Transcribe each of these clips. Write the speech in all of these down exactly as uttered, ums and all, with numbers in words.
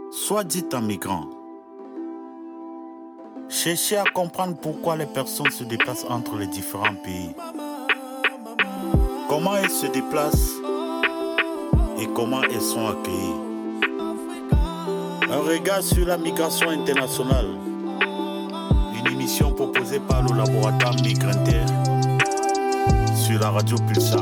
Soit dit en migrant. Cherchez à comprendre pourquoi les personnes se déplacent entre les différents pays. Comment elles se déplacent et comment elles sont accueillies. Un regard sur la migration internationale. Une émission proposée par le laboratoire Migrinter sur la radio Pulsar.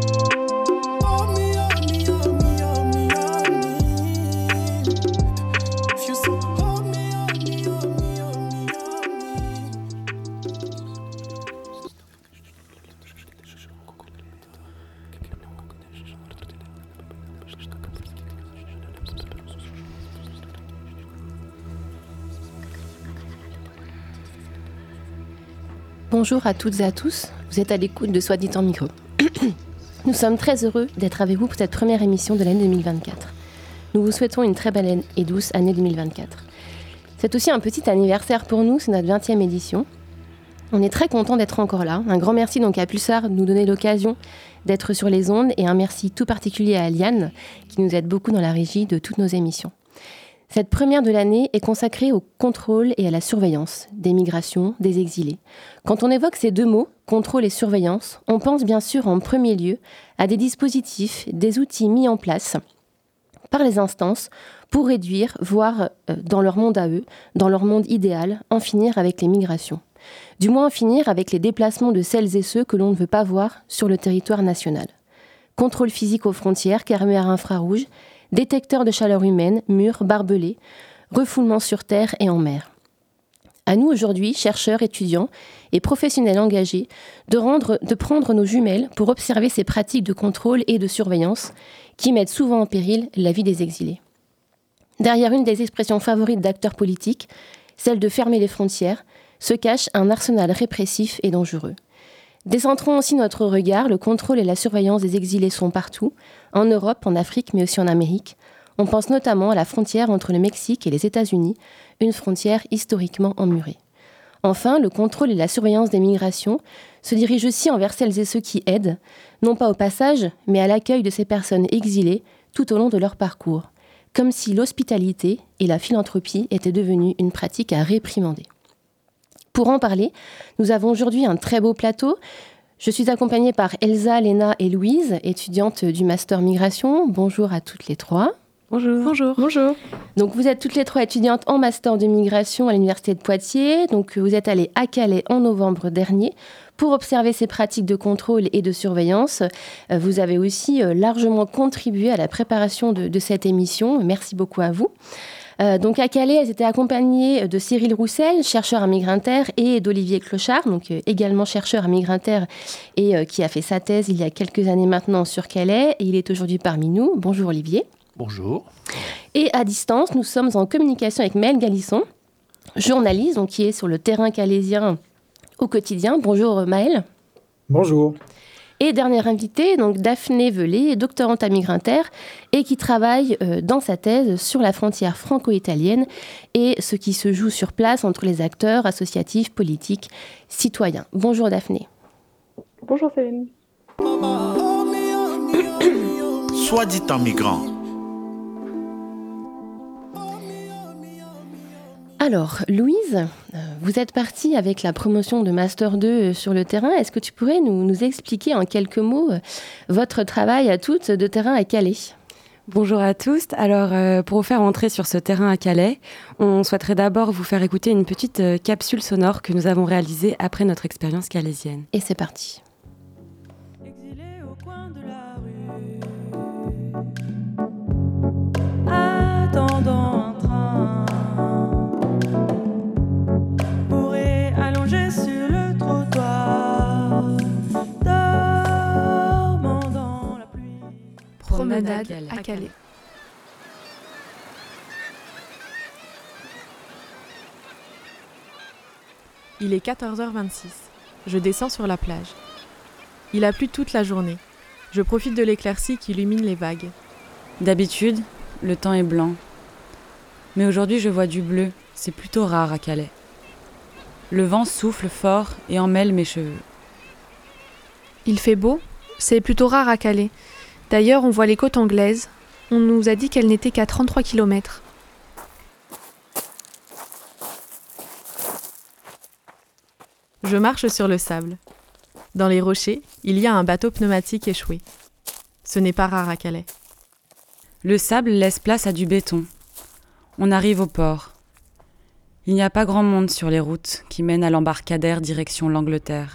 Bonjour à toutes et à tous, vous êtes à l'écoute de Soit dit en micro. Nous sommes très heureux d'être avec vous pour cette première émission de l'année deux mille vingt-quatre. Nous vous souhaitons une très belle et douce année deux mille vingt-quatre. C'est aussi un petit anniversaire pour nous, c'est notre vingtième édition. On est très contents d'être encore là. Un grand merci donc à Pulsar de nous donner l'occasion d'être sur les ondes et un merci tout particulier à Liane qui nous aide beaucoup dans la régie de toutes nos émissions. Cette première de l'année est consacrée au contrôle et à la surveillance des migrations, des exilés. Quand on évoque ces deux mots, contrôle et surveillance, on pense bien sûr en premier lieu à des dispositifs, des outils mis en place par les instances pour réduire, voire euh, dans leur monde à eux, dans leur monde idéal, en finir avec les migrations. Du moins en finir avec les déplacements de celles et ceux que l'on ne veut pas voir sur le territoire national. Contrôle physique aux frontières, caméras infrarouges, détecteurs de chaleur humaine, murs, barbelés, refoulement sur terre et en mer. À nous aujourd'hui, chercheurs, étudiants et professionnels engagés, de, rendre, de prendre nos jumelles pour observer ces pratiques de contrôle et de surveillance qui mettent souvent en péril la vie des exilés. Derrière une des expressions favorites d'acteurs politiques, celle de fermer les frontières, se cache un arsenal répressif et dangereux. Décentrons aussi notre regard, le contrôle et la surveillance des exilés sont partout, en Europe, en Afrique, mais aussi en Amérique. On pense notamment à la frontière entre le Mexique et les États-Unis, une frontière historiquement emmurée. Enfin, le contrôle et la surveillance des migrations se dirigent aussi envers celles et ceux qui aident, non pas au passage, mais à l'accueil de ces personnes exilées tout au long de leur parcours, comme si l'hospitalité et la philanthropie étaient devenues une pratique à réprimander. Pour en parler, nous avons aujourd'hui un très beau plateau. Je suis accompagnée par Elsa, Léna et Louise, étudiantes du Master Migration. Bonjour à toutes les trois. Bonjour. Bonjour. Bonjour. Donc vous êtes toutes les trois étudiantes en Master de Migration à l'Université de Poitiers. Donc vous êtes allées à Calais en novembre dernier pour observer ces pratiques de contrôle et de surveillance. Vous avez aussi largement contribué à la préparation de, de cette émission. Merci beaucoup à vous. Euh, donc à Calais, elles étaient accompagnées de Cyril Roussel, chercheur à Migrinter, et d'Olivier Clochard, donc euh, également chercheur à Migrinter et euh, qui a fait sa thèse il y a quelques années maintenant sur Calais. Et il est aujourd'hui parmi nous. Bonjour Olivier. Bonjour. Et à distance, nous sommes en communication avec Maëlle Galisson, journaliste donc, qui est sur le terrain calaisien au quotidien. Bonjour Maëlle. Bonjour. Et dernière invitée, donc Daphné Velay, doctorante à Migrinter et qui travaille euh, dans sa thèse sur la frontière franco-italienne et ce qui se joue sur place entre les acteurs associatifs, politiques, citoyens. Bonjour Daphné. Bonjour Céline. Soit dit en migrant. Alors, Louise, vous êtes partie avec la promotion de Master deux sur le terrain. Est-ce que tu pourrais nous, nous expliquer en quelques mots votre travail à toutes de terrain à Calais ? Bonjour à tous. Alors, euh, pour vous faire entrer sur ce terrain à Calais, on souhaiterait d'abord vous faire écouter une petite euh, capsule sonore que nous avons réalisée après notre expérience calaisienne. Et c'est parti. Exilé au coin de la rue, attendant un train. Sur le trottoir, dormant dans la pluie. Promenade à Calais. Il est quatorze heures vingt-six. Je descends sur la plage. Il a plu toute la journée. Je profite de l'éclaircie qui illumine les vagues. D'habitude, le temps est blanc. Mais aujourd'hui, je vois du bleu. C'est plutôt rare à Calais. Le vent souffle fort et emmêle mes cheveux. Il fait beau, c'est plutôt rare à Calais. D'ailleurs, on voit les côtes anglaises. On nous a dit qu'elles n'étaient qu'à trente-trois kilomètres. Je marche sur le sable. Dans les rochers, il y a un bateau pneumatique échoué. Ce n'est pas rare à Calais. Le sable laisse place à du béton. On arrive au port. Il n'y a pas grand monde sur les routes qui mènent à l'embarcadère direction l'Angleterre.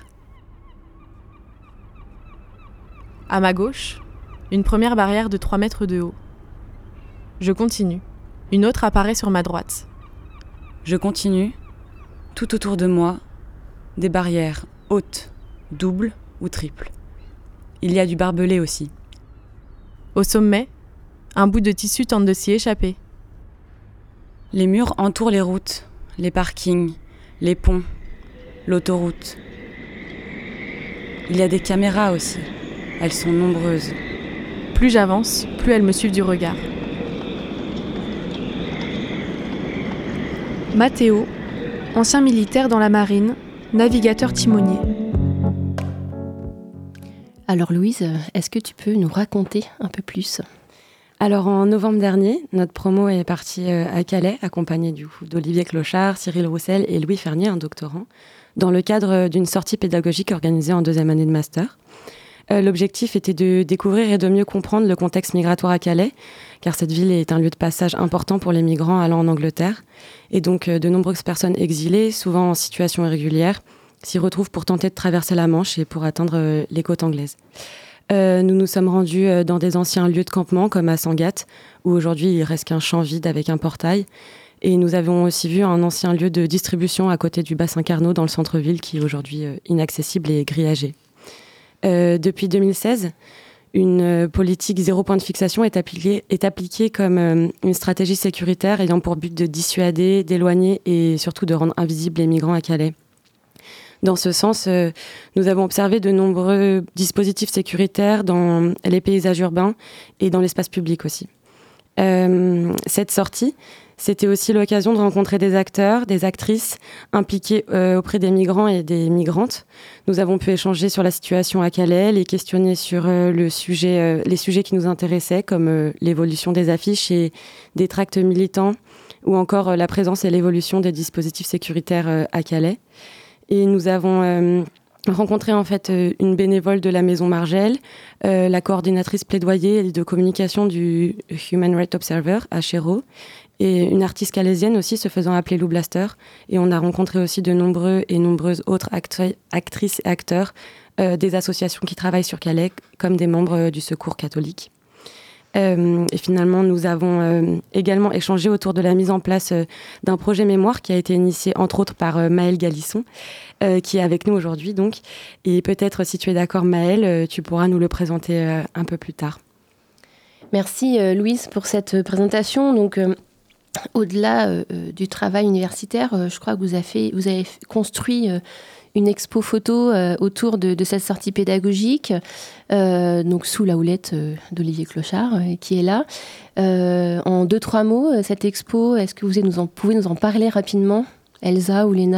À ma gauche, une première barrière de trois mètres de haut. Je continue. Une autre apparaît sur ma droite. Je continue. Tout autour de moi, des barrières hautes, doubles ou triples. Il y a du barbelé aussi. Au sommet, un bout de tissu tente de s'y échapper. Les murs entourent les routes, les parkings, les ponts, l'autoroute. Il y a des caméras aussi. Elles sont nombreuses. Plus j'avance, plus elles me suivent du regard. Mathéo, ancien militaire dans la marine, navigateur timonier. Alors Louise, est-ce que tu peux nous raconter un peu plus ? Alors en novembre dernier, notre promo est partie à Calais, accompagnée du coup d'Olivier Clochard, Cyril Roussel et Louis Fernier, un doctorant, dans le cadre d'une sortie pédagogique organisée en deuxième année de master. Euh, l'objectif était de découvrir et de mieux comprendre le contexte migratoire à Calais, car cette ville est un lieu de passage important pour les migrants allant en Angleterre. Et donc euh, de nombreuses personnes exilées, souvent en situation irrégulière, s'y retrouvent pour tenter de traverser la Manche et pour atteindre euh, les côtes anglaises. Euh, nous nous sommes rendus euh, dans des anciens lieux de campement, comme à Sangatte, où aujourd'hui il reste qu'un champ vide avec un portail. Et nous avons aussi vu un ancien lieu de distribution à côté du bassin Carnot, dans le centre-ville, qui est aujourd'hui euh, inaccessible et grillagé. Euh, depuis deux mille seize, une euh, politique zéro point de fixation est appliquée, est appliquée comme euh, une stratégie sécuritaire ayant pour but de dissuader, d'éloigner et surtout de rendre invisibles les migrants à Calais. Dans ce sens, euh, nous avons observé de nombreux dispositifs sécuritaires dans les paysages urbains et dans l'espace public aussi. Euh, cette sortie, c'était aussi l'occasion de rencontrer des acteurs, des actrices impliqués euh, auprès des migrants et des migrantes. Nous avons pu échanger sur la situation à Calais, les questionner sur euh, le sujet, euh, les sujets qui nous intéressaient, comme euh, l'évolution des affiches et des tracts militants, ou encore euh, la présence et l'évolution des dispositifs sécuritaires euh, à Calais. Et nous avons euh, rencontré en fait euh, une bénévole de la Maison Margelle, euh, la coordinatrice plaidoyer et de communication du Human Rights Observer à Chéreau, et une artiste calaisienne aussi se faisant appeler Lou Blaster. Et on a rencontré aussi de nombreux et nombreuses autres actri- actrices et acteurs euh, des associations qui travaillent sur Calais, comme des membres euh, du Secours catholique. Euh, et finalement, nous avons euh, également échangé autour de la mise en place euh, d'un projet mémoire qui a été initié entre autres par euh, Maëlle Galisson, euh, qui est avec nous aujourd'hui donc. Et peut-être, si tu es d'accord Maëlle, euh, tu pourras nous le présenter euh, un peu plus tard. Merci euh, Louise pour cette présentation. Donc, euh, au-delà euh, du travail universitaire, euh, je crois que vous avez, fait, vous avez construit euh, une expo photo euh, autour de, de cette sortie pédagogique, euh, donc sous la houlette euh, d'Olivier Clochard, euh, qui est là. Euh, en deux, trois mots, euh, cette expo, est-ce que vous nous en, pouvez nous en parler rapidement, Elsa ou Léna ?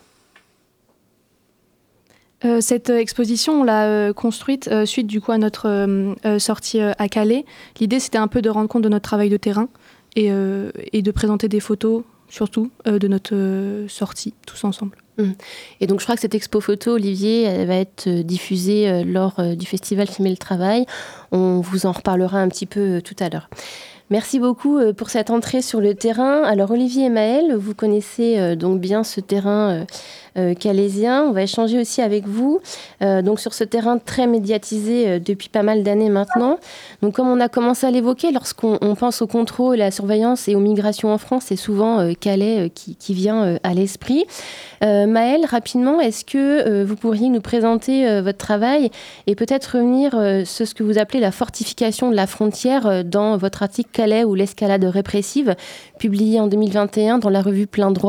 Euh, cette euh, exposition, on l'a euh, construite euh, suite du coup à notre euh, euh, sortie euh, à Calais. L'idée, c'était un peu de rendre compte de notre travail de terrain et, euh, et de présenter des photos, surtout, euh, de notre euh, sortie, tous ensemble. Et donc je crois que cette expo photo, Olivier, elle va être diffusée euh, lors euh, du festival Filmer le Travail. On vous en reparlera un petit peu euh, tout à l'heure. Merci beaucoup euh, pour cette entrée sur le terrain. Alors Olivier et Maëlle, vous connaissez euh, donc bien ce terrain euh, euh, calaisien. On va échanger aussi avec vous euh, donc sur ce terrain très médiatisé euh, depuis pas mal d'années maintenant. Donc comme on a commencé à l'évoquer, lorsqu'on on pense au contrôle, à la surveillance et aux migrations en France, c'est souvent euh, Calais euh, qui, qui vient euh, à l'esprit. Euh, Maëlle, rapidement, est-ce que euh, vous pourriez nous présenter euh, votre travail et peut-être revenir euh, sur ce que vous appelez la fortification de la frontière euh, dans votre article Calais ou l'escalade répressive, publié en deux mille vingt et un dans la revue Plein Droit ?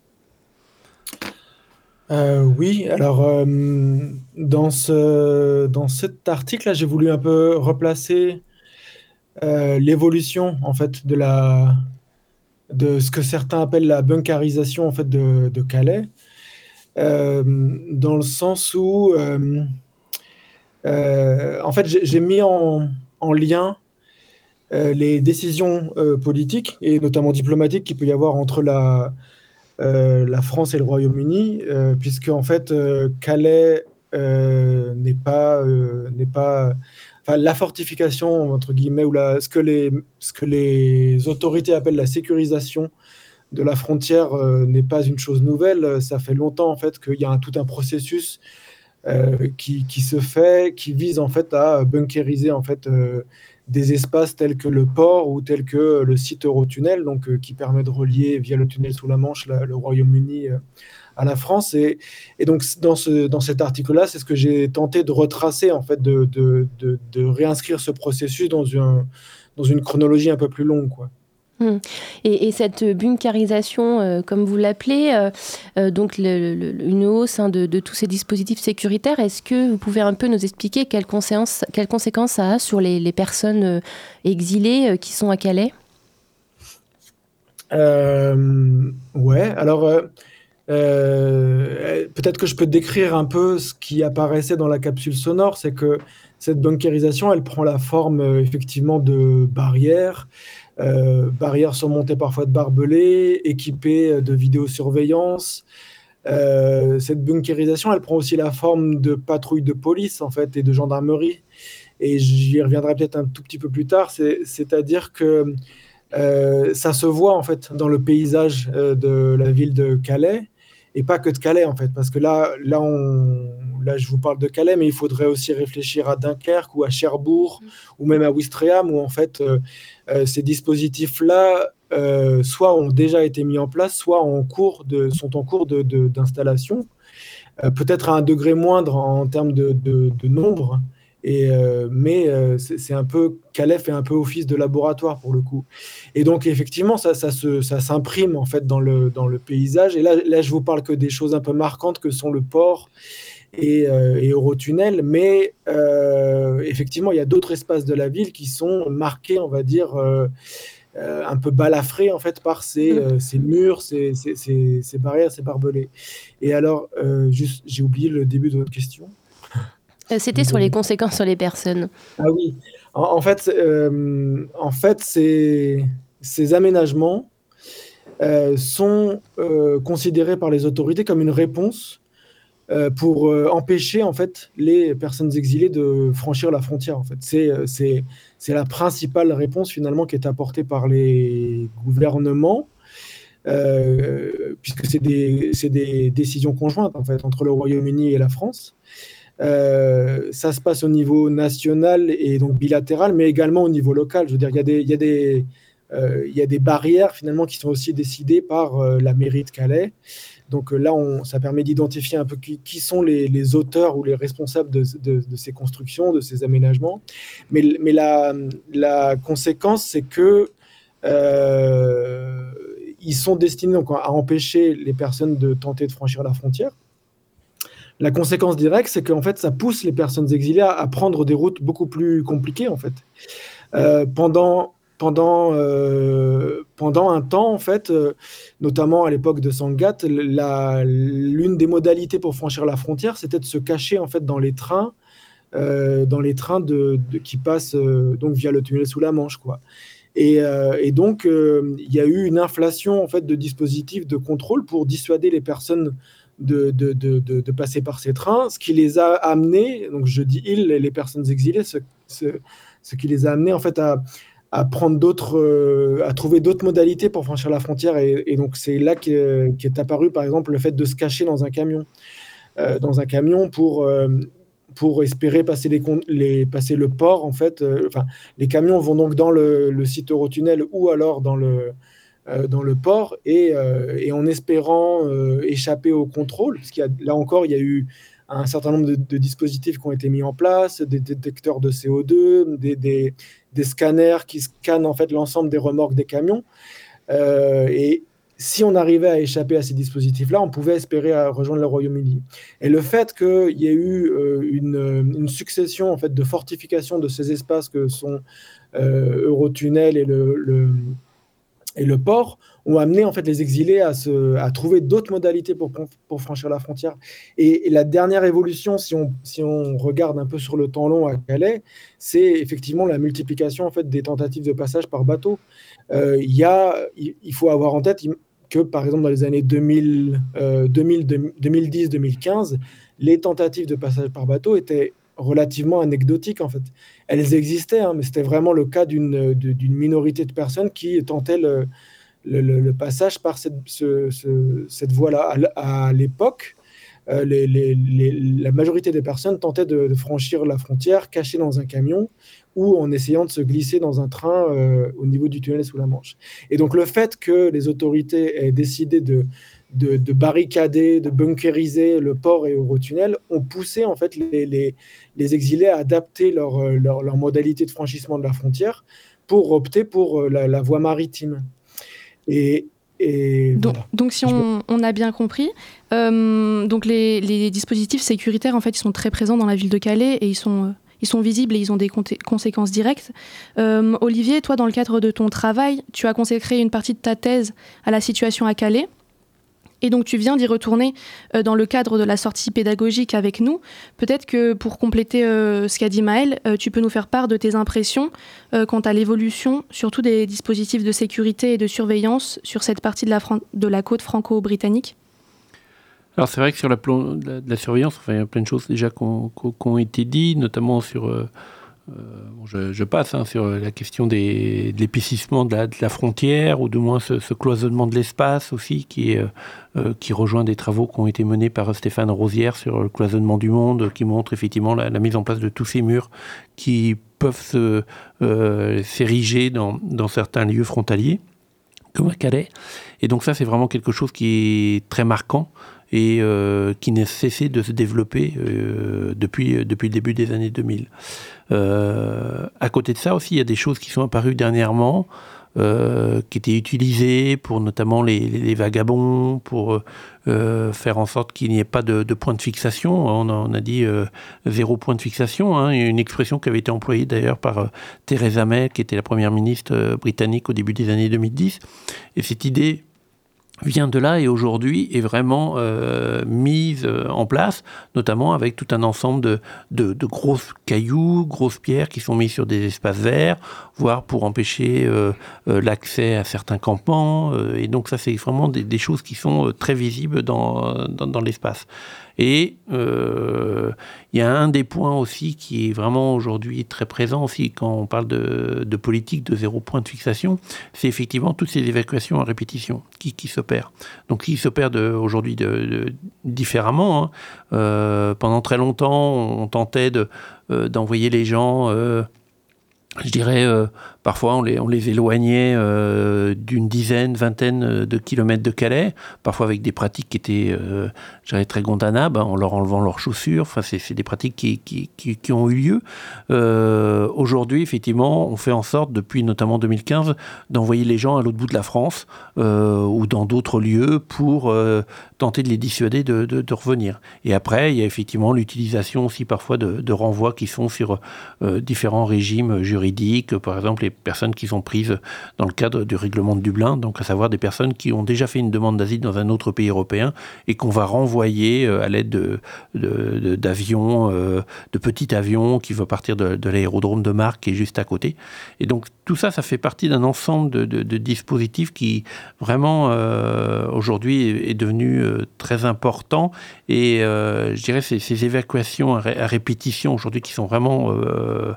Euh, oui, alors euh, dans ce, dans cet article-là, j'ai voulu un peu replacer euh, l'évolution en fait de la de ce que certains appellent la bunkarisation en fait de, de Calais, euh, dans le sens où euh, euh, en fait j'ai, j'ai mis en, en lien euh, les décisions euh, politiques et notamment diplomatiques qu'il peut y avoir entre la euh, la France et le Royaume-Uni, euh, puisque en fait euh, Calais euh, n'est pas, euh, n'est pas, enfin la fortification entre guillemets ou la, ce que les, ce que les autorités appellent la sécurisation de la frontière euh, n'est pas une chose nouvelle. Ça fait longtemps en fait qu'il y a un, tout un processus euh, qui, qui se fait, qui vise en fait à bunkériser en fait euh, des espaces tels que le port ou tels que le site Eurotunnel, donc euh, qui permet de relier via le tunnel sous la Manche la- le Royaume-Uni euh, à la France. Et, et donc dans, ce, dans cet article-là, c'est ce que j'ai tenté de retracer en fait, de, de, de, de réinscrire ce processus dans une, dans une chronologie un peu plus longue, quoi. Hmm. Et, et cette bunkarisation, euh, comme vous l'appelez, euh, euh, donc le- le- une hausse hein, de, de tous ces dispositifs sécuritaires, est-ce que vous pouvez un peu nous expliquer quelles conséquences, quelles conséquences ça a sur les, les personnes euh, exilées euh, qui sont à Calais? Euh, ouais, alors euh, euh, peut-être que je peux décrire un peu ce qui apparaissait dans la capsule sonore, c'est que cette bunkérisation, elle prend la forme euh, effectivement de barrières, euh, barrières surmontées parfois de barbelés, équipées euh, de vidéosurveillance. Euh, cette bunkérisation, elle prend aussi la forme de patrouilles de police en fait et de gendarmerie. Et j'y reviendrai peut-être un tout petit peu plus tard. C'est, c'est-à-dire que euh, ça se voit en fait dans le paysage euh, de la ville de Calais et pas que de Calais en fait, parce que là, là, on, là, je vous parle de Calais, mais il faudrait aussi réfléchir à Dunkerque ou à Cherbourg ou même à Ouistreham où en fait euh, euh, ces dispositifs-là euh, soit ont déjà été mis en place, soit en cours de, sont en cours de, de- d'installation, euh, peut-être à un degré moindre en termes de, de- de nombre. Et, euh, mais euh, c'est c'est un peu, Calais fait un peu office de laboratoire pour le coup. Et donc effectivement, ça, ça, se- ça s'imprime en fait dans le, dans le paysage. Et là, là, je vous parle que des choses un peu marquantes que sont le port et, euh, et Eurotunnel. Mais euh, effectivement, il y a d'autres espaces de la ville qui sont marqués, on va dire, euh, euh, un peu balafrés en fait par ces, Mm. euh, ces murs, ces, ces, ces- ces barrières, ces barbelés. Et alors, euh, juste, j'ai oublié le début de votre question. Euh, C'était sur les conséquences sur les personnes. Ah oui, en, en fait, euh, en fait ces, ces aménagements euh, sont euh, considérés par les autorités comme une réponse euh, pour euh, empêcher en fait les personnes exilées de franchir la frontière. En fait, c'est euh, c'est c'est la principale réponse finalement qui est apportée par les gouvernements. Euh, puisque c'est des, c'est des décisions conjointes en fait entre le Royaume-Uni et la France. Euh, ça se passe au niveau national et donc bilatéral, mais également au niveau local. Je veux dire, il y a des, il y a des, euh, il y a des barrières finalement qui sont aussi décidées par euh, la mairie de Calais. Donc euh, là, on, ça permet d'identifier un peu qui, qui sont les, les auteurs ou les responsables de, de- de ces constructions, de ces aménagements. Mais, mais la, la conséquence, c'est que euh, ils sont destinés donc, à empêcher les personnes de tenter de franchir la frontière. La conséquence directe, c'est qu'en fait, ça pousse les personnes exilées à, à prendre des routes beaucoup plus compliquées, en fait. Euh, pendant, pendant, euh, pendant un temps, en fait, euh, notamment à l'époque de Sangatte, la- l'une des modalités pour franchir la frontière, c'était de se cacher, en fait, dans les trains, euh, dans les trains de, de- qui passent euh, donc via le tunnel sous la Manche, quoi. Et, euh, et donc, euh, il y a eu une inflation en fait, de dispositifs de contrôle pour dissuader les personnes de, de, de, de, de passer par ces trains, ce qui les a amenés, donc je dis ils, les personnes exilées, ce, ce, ce qui les a amenés en fait à, à prendre d'autres, euh, à trouver d'autres modalités pour franchir la frontière. Et, et donc c'est là qu'est, qu'est apparu par exemple le fait de se cacher dans un camion, euh, dans un camion pour euh, pour espérer passer, les, les, passer le port, en fait. Euh, enfin, les camions vont donc dans le, le site Eurotunnel ou alors dans le, euh, dans le port et, euh, et en espérant euh, échapper au contrôle, parce qu'il y a, là encore, il y a eu un certain nombre de, de dispositifs qui ont été mis en place, des détecteurs de C O deux, des, des, des scanners qui scannent en fait l'ensemble des remorques des camions. Euh, et si on arrivait à échapper à ces dispositifs-là, on pouvait espérer à rejoindre le Royaume-Uni. Et le fait qu'il y ait eu euh, une, une succession en fait, de fortifications de ces espaces que sont euh, Eurotunnel et le, le, et le port ont amené en fait, les exilés à, se, à trouver d'autres modalités pour, pour franchir la frontière. Et, et la dernière évolution, si on, si on regarde un peu sur le temps long à Calais, c'est effectivement la multiplication en fait, des tentatives de passage par bateau. Euh, y a, il, il faut avoir en tête que, par exemple, dans les années deux mille, euh, deux mille, deux mille dix, deux mille quinze, les tentatives de passage par bateau étaient relativement anecdotiques, en fait. Elles existaient, hein, mais c'était vraiment le cas d'une, d'une minorité de personnes qui tentaient le, le, le passage par cette, ce, ce, cette voie-là. À, à l'époque, euh, les, les, les, la majorité des personnes tentaient de, de franchir la frontière cachées dans un camion ou en essayant de se glisser dans un train euh, au niveau du tunnel sous la Manche. Et donc le fait que les autorités aient décidé de, de, de barricader, de bunkériser le port et Eurotunnel ont poussé en fait les, les, les exilés à adapter leur, leur, leur modalité de franchissement de la frontière pour opter pour la, la voie maritime. Et, et donc, voilà. donc si on, on a bien compris, euh, donc les, les dispositifs sécuritaires en fait ils sont très présents dans la ville de Calais et ils sont euh... Ils sont visibles et ils ont des conséquences directes. Euh, Olivier, toi, dans le cadre de ton travail, tu as consacré une partie de ta thèse à la situation à Calais. Et donc, tu viens d'y retourner euh, dans le cadre de la sortie pédagogique avec nous. Peut-être que pour compléter euh, ce qu'a dit Maëlle, euh, tu peux nous faire part de tes impressions euh, quant à l'évolution, surtout des dispositifs de sécurité et de surveillance sur cette partie de la, Fran- de la côte franco-britannique. Alors c'est vrai que sur la plan de la, de la surveillance, enfin, il y a plein de choses déjà qui ont, qui ont été dites, notamment sur, euh, euh, bon, je, je passe, hein, sur la question des, de l'épaississement de la, de la frontière, ou du moins ce, ce cloisonnement de l'espace aussi, qui, est, euh, qui rejoint des travaux qui ont été menés par Stéphane Rosière sur le cloisonnement du monde, qui montre effectivement la, la mise en place de tous ces murs qui peuvent se, euh, s'ériger dans, dans certains lieux frontaliers, comme à Calais. Et donc ça, c'est vraiment quelque chose qui est très marquant, et euh, qui n'a cessé de se développer euh, depuis, depuis le début des années deux mille. Euh, à côté de ça aussi, il y a des choses qui sont apparues dernièrement, euh, qui étaient utilisées pour notamment les, les, les vagabonds, pour euh, faire en sorte qu'il n'y ait pas de, de point de fixation. On a, on a dit euh, zéro point de fixation, hein, une expression qui avait été employée d'ailleurs par euh, Theresa May, qui était la première ministre euh, britannique au début des années deux mille dix. Et cette idée vient de là et aujourd'hui est vraiment euh, mise en place, notamment avec tout un ensemble de, de, de grosses cailloux, grosses pierres qui sont mises sur des espaces verts, voire pour empêcher euh, euh, l'accès à certains campements. Euh, et donc ça, c'est vraiment des, des choses qui sont euh, très visibles dans, dans, dans l'espace. Et il euh, y a un des points aussi qui est vraiment aujourd'hui très présent aussi quand on parle de, de politique de zéro point de fixation, c'est effectivement toutes ces évacuations à répétition qui, qui s'opèrent. Donc qui s'opèrent de, aujourd'hui de, de, différemment. Hein. Euh, pendant très longtemps, on tentait de, euh, d'envoyer les gens... Euh, Je dirais, euh, parfois on les, on les éloignait euh, d'une dizaine, vingtaine de kilomètres de Calais, parfois avec des pratiques qui étaient, euh, je dirais, très condamnables, hein, en leur enlevant leurs chaussures. Enfin, c'est, c'est des pratiques qui, qui, qui, qui ont eu lieu. Euh, aujourd'hui, effectivement, on fait en sorte, depuis notamment deux mille quinze, d'envoyer les gens à l'autre bout de la France euh, ou dans d'autres lieux pour euh, tenter de les dissuader de, de, de revenir. Et après, il y a effectivement l'utilisation aussi parfois de, de renvois qui sont sur euh, différents régimes juridiques, par exemple les personnes qui sont prises dans le cadre du règlement de Dublin, donc à savoir des personnes qui ont déjà fait une demande d'asile dans un autre pays européen et qu'on va renvoyer à l'aide de, de, de, d'avions, euh, de petits avions qui vont partir de, de l'aérodrome de Marques qui est juste à côté. Et donc tout ça, ça fait partie d'un ensemble de, de, de dispositifs qui vraiment euh, aujourd'hui est, est devenu euh, très important. Et euh, je dirais ces, ces évacuations à, ré, à répétition aujourd'hui qui sont vraiment euh,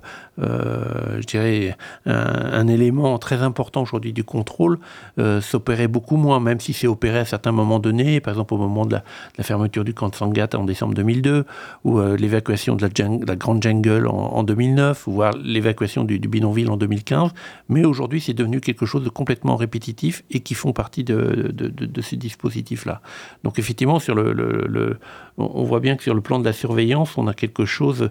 euh, je dirais, un, un élément très important aujourd'hui du contrôle, euh, s'opérait beaucoup moins, même si c'est opéré à certains moments donnés, par exemple au moment de la, de la fermeture du camp de Sangatte en décembre deux mille deux, ou euh, l'évacuation de la, jungle, la Grande Jungle en, en deux mille neuf, ou voire l'évacuation du, du bidonville en deux mille quinze. Mais aujourd'hui, c'est devenu quelque chose de complètement répétitif et qui font partie de, de, de, de ces dispositifs-là. Donc effectivement, sur le, le, le, on voit bien que sur le plan de la surveillance, on a quelque chose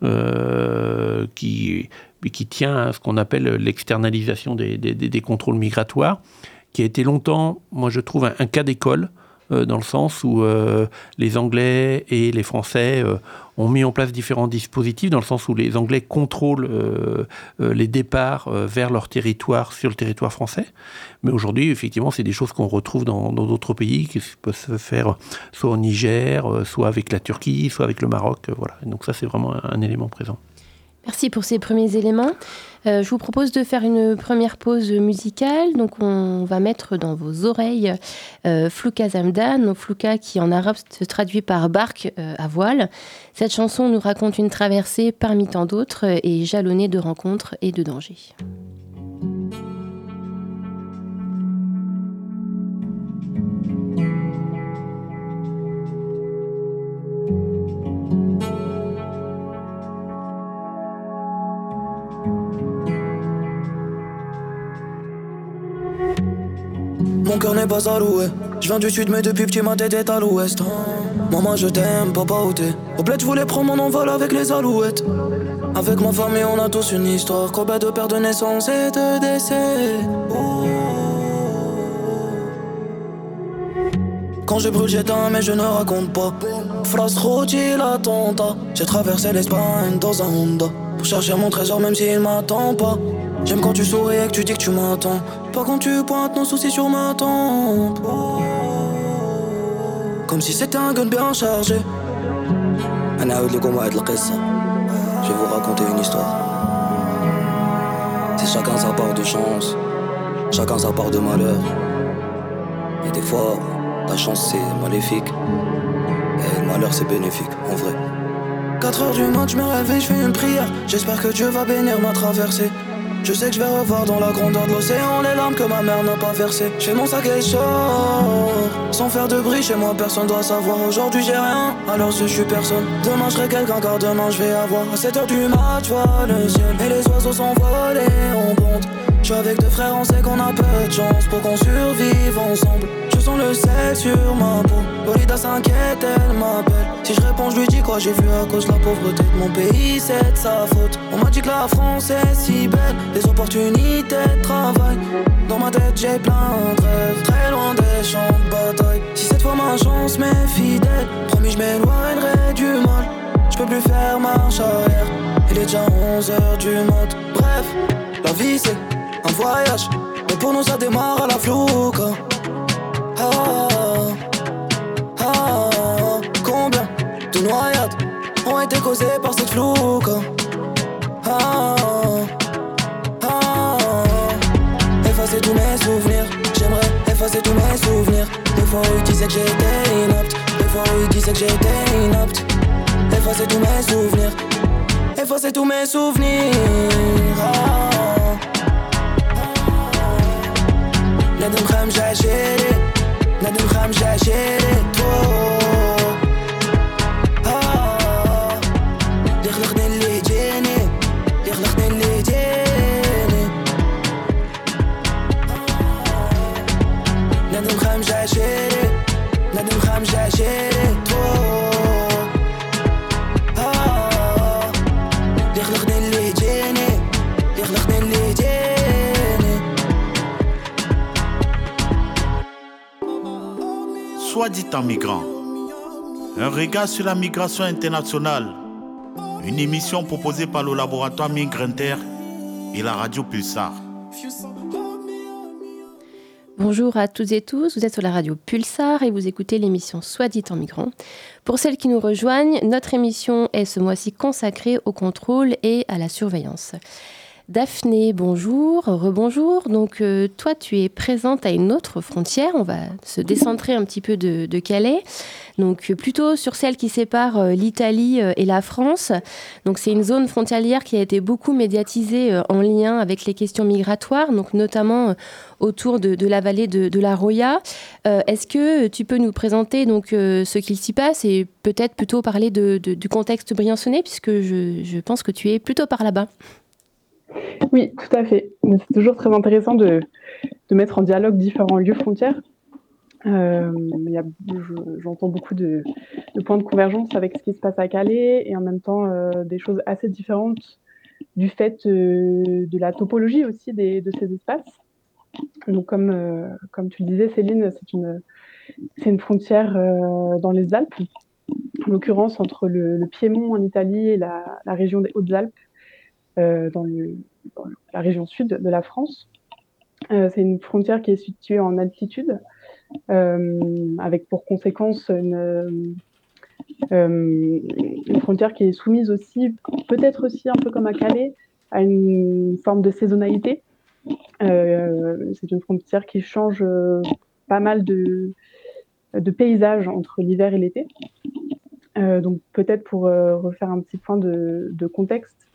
euh, qui... qui tient à ce qu'on appelle l'externalisation des, des, des contrôles migratoires, qui a été longtemps, moi je trouve, un, un cas d'école, euh, dans le sens où euh, les Anglais et les Français euh, ont mis en place différents dispositifs, dans le sens où les Anglais contrôlent euh, euh, les départs euh, vers leur territoire, sur le territoire français. Mais aujourd'hui, effectivement, c'est des choses qu'on retrouve dans, dans d'autres pays, qui peuvent se faire soit au Niger, euh, soit avec la Turquie, soit avec le Maroc. Euh, voilà. Et donc ça, c'est vraiment un, un élément présent. Merci pour ces premiers éléments. Euh, je vous propose de faire une première pause musicale. Donc, on va mettre dans vos oreilles euh, Flouka Zamdan, donc Flouka qui en arabe se traduit par barque euh, à voile. Cette chanson nous raconte une traversée parmi tant d'autres euh, et jalonnée de rencontres et de dangers. Mon cœur n'est pas alloué. Je viens du sud mais depuis petit ma tête est à l'ouest. Maman je t'aime, papa où t'es. Au bled je voulais prendre mon envol avec les alouettes. Avec ma famille on a tous une histoire. Combien de pères de naissance et de décès. Quand je brûle j'éteins mais je ne raconte pas. Phrase rôtie l'attentat. J'ai traversé l'Espagne dans un Honda pour chercher mon trésor même s'il m'attend pas. J'aime quand tu souris et que tu dis que tu m'attends. Pas quand tu pointes nos soucis sur ma tempe. Comme si c'était un gun bien chargé. Je vais vous raconter une histoire. C'est chacun sa part de chance, chacun sa part de malheur. Et des fois, la chance c'est maléfique et le malheur c'est bénéfique, en vrai. quatre heures du mat, je me réveille, je fais une prière. J'espère que Dieu va bénir ma traversée. Je sais que je vais revoir dans la grandeur de l'océan les larmes que ma mère n'a pas versées. Je fais mon sac et je sors. Sans faire de bruit, chez moi personne doit savoir. Aujourd'hui j'ai rien, alors je suis personne. Demain je serai quelqu'un car demain je vais avoir. À sept heures du mat, je vois le ciel et les oiseaux s'envolent et on monte. Je suis avec deux frères, on sait qu'on a peu de chance pour qu'on survive ensemble. Je sens le sel sur ma peau. Walida s'inquiète, elle m'appelle. Si je réponds, je lui dis quoi j'ai vu à cause de la pauvreté de mon pays, c'est de sa faute. On m'a dit que la France est si belle, des opportunités de travail. Dans ma tête, j'ai plein de rêves, très loin des champs de bataille. Si cette fois ma chance m'est fidèle, promis, je m'éloignerai du mal. Je peux plus faire marche arrière, il est déjà onze heures du mat. Bref, la vie c'est un voyage, mais pour nous ça démarre à la flouka. Ah, ah, combien de noyades ont été causées par cette flouka. Ah, ah, effacer tous mes souvenirs, j'aimerais effacer tous mes souvenirs. Des fois où ils disaient que j'étais inapte, des fois où ils disaient que j'étais inapte. Effacer tous mes souvenirs, effacer tous mes souvenirs. Ah, ندم خمجة عشيري ندم خمجة عشيري آه اللي خلقني اللي يجيني اللي خلقني اللي يجيني ندم خمجة عشيري ندم خمجة عشيري آه اللي خلقني اللي يجيني اللي خلقني اللي يجيني. Soit dit en migrant, un regard sur la migration internationale, une émission proposée par le laboratoire Migrinter et la radio Pulsar. Bonjour à toutes et tous, vous êtes sur la radio Pulsar et vous écoutez l'émission Soit dit en migrant. Pour celles qui nous rejoignent, notre émission est ce mois-ci consacrée au contrôle et à la surveillance. Daphné, bonjour, rebonjour. Donc euh, toi, tu es présente à une autre frontière. On va se décentrer un petit peu de, de Calais. Donc euh, plutôt sur celle qui sépare euh, l'Italie euh, et la France. Donc c'est une zone frontalière qui a été beaucoup médiatisée euh, en lien avec les questions migratoires, donc notamment euh, autour de, de la vallée de, de la Roya. Euh, est-ce que tu peux nous présenter donc euh, ce qu'il s'y passe et peut-être plutôt parler de, de, du contexte briançonnais, puisque je, je pense que tu es plutôt par là-bas. Oui, tout à fait. C'est toujours très intéressant de, de mettre en dialogue différents lieux frontières. Euh, il y a, je, j'entends beaucoup de, de points de convergence avec ce qui se passe à Calais et en même temps euh, des choses assez différentes du fait euh, de la topologie aussi des, de ces espaces. Donc comme, euh, comme tu le disais, Céline, c'est une, c'est une frontière euh, dans les Alpes, en l'occurrence entre le, le Piémont en Italie et la, la région des Hautes-Alpes. Euh, dans, le, dans la région sud de la France. Euh, c'est une frontière qui est située en altitude, euh, avec pour conséquence une, Euh, une frontière qui est soumise aussi, peut-être aussi un peu comme à Calais, à une forme de saisonnalité. Euh, c'est une frontière qui change euh, pas mal de, de paysages entre l'hiver et l'été. Euh, donc peut-être pour euh, refaire un petit point de, de contexte,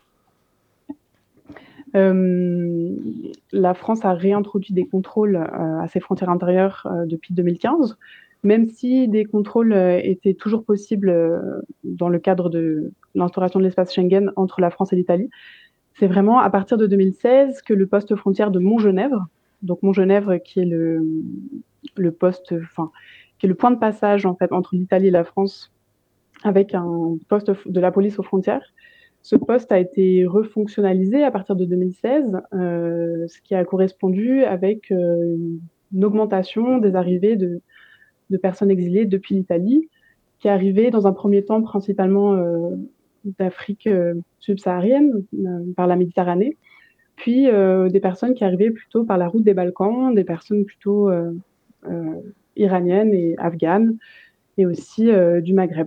euh, la France a réintroduit des contrôles euh, à ses frontières intérieures euh, depuis deux mille quinze, même si des contrôles euh, étaient toujours possibles euh, dans le cadre de l'instauration de l'espace Schengen entre la France et l'Italie. C'est vraiment à partir de deux mille seize que le poste frontière de Montgenèvre, donc Montgenèvre qui est le, le poste, enfin, qui est le point de passage en fait entre l'Italie et la France, avec un poste de la police aux frontières. Ce poste a été refonctionnalisé à partir de deux mille seize, euh, ce qui a correspondu avec euh, une augmentation des arrivées de, de personnes exilées depuis l'Italie, qui arrivaient dans un premier temps principalement euh, d'Afrique euh, subsaharienne, euh, par la Méditerranée, puis euh, des personnes qui arrivaient plutôt par la route des Balkans, des personnes plutôt euh, euh, iraniennes et afghanes, et aussi euh, du Maghreb.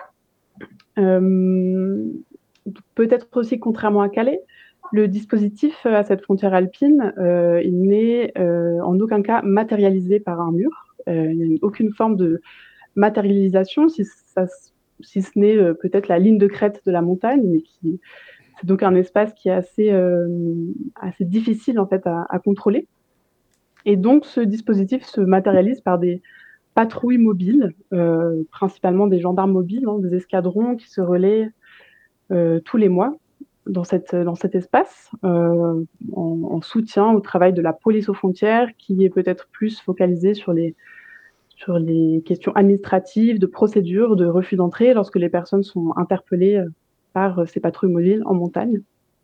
Euh, peut-être aussi, contrairement à Calais, le dispositif à cette frontière alpine, euh, il n'est euh, en aucun cas matérialisé par un mur. Euh, il n'y a aucune forme de matérialisation, si, ça, si ce n'est euh, peut-être la ligne de crête de la montagne, mais qui, c'est donc un espace qui est assez, euh, assez difficile en fait, à, à contrôler. Et donc, ce dispositif se matérialise par des patrouilles mobiles, euh, principalement des gendarmes mobiles, hein, des escadrons qui se relaient euh, tous les mois dans, cette, dans cet espace, euh, en, en soutien au travail de la police aux frontières, qui est peut-être plus focalisée sur les, sur les questions administratives, de procédure, de refus d'entrée, lorsque les personnes sont interpellées par ces patrouilles mobiles en montagne.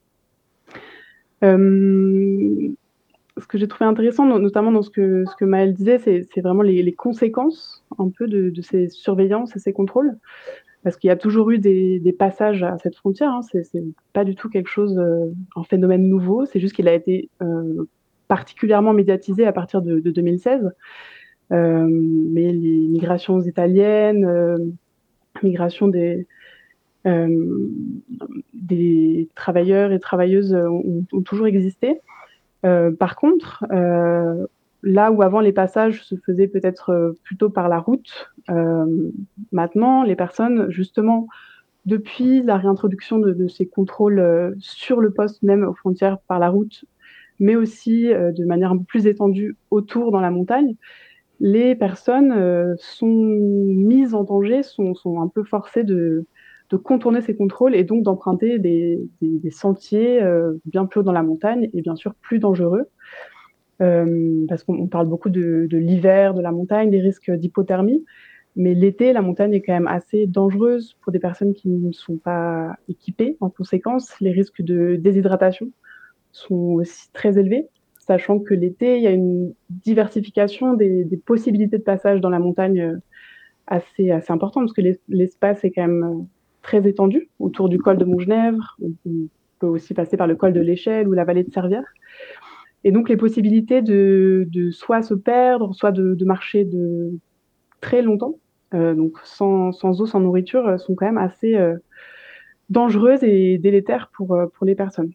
Euh, ce que j'ai trouvé intéressant, notamment dans ce que, ce que Maëlle disait, c'est, c'est vraiment les, les conséquences un peu de, de ces surveillances et ces contrôles. Parce qu'il y a toujours eu des, des passages à cette frontière. Hein. C'est, c'est pas du tout quelque chose, euh, un phénomène nouveau. C'est juste qu'il a été euh, particulièrement médiatisé à partir de, de deux mille seize. Euh, mais les migrations italiennes, euh, migration des, euh, des travailleurs et travailleuses ont, ont toujours existé. Euh, par contre, euh, là où avant les passages se faisaient peut-être plutôt par la route, euh, maintenant les personnes, justement, depuis la réintroduction de, de ces contrôles euh, sur le poste même aux frontières par la route, mais aussi euh, de manière un peu plus étendue autour dans la montagne, les personnes euh, sont mises en danger, sont, sont un peu forcées de, de contourner ces contrôles et donc d'emprunter des, des, des sentiers euh, bien plus haut dans la montagne et bien sûr plus dangereux. Euh, parce qu'on parle beaucoup de, de l'hiver, de la montagne, des risques d'hypothermie, mais l'été, la montagne est quand même assez dangereuse pour des personnes qui ne sont pas équipées. En conséquence, les risques de déshydratation sont aussi très élevés, sachant que l'été, il y a une diversification des, des possibilités de passage dans la montagne assez, assez importante, parce que l'espace est quand même très étendu autour du col de Montgenèvre. On peut aussi passer par le col de l'Échelle ou la vallée de Servières. Et donc, les possibilités de, de soit se perdre, soit de, de marcher de très longtemps, euh, donc sans, sans eau, sans nourriture, sont quand même assez euh, dangereuses et délétères pour, pour les personnes.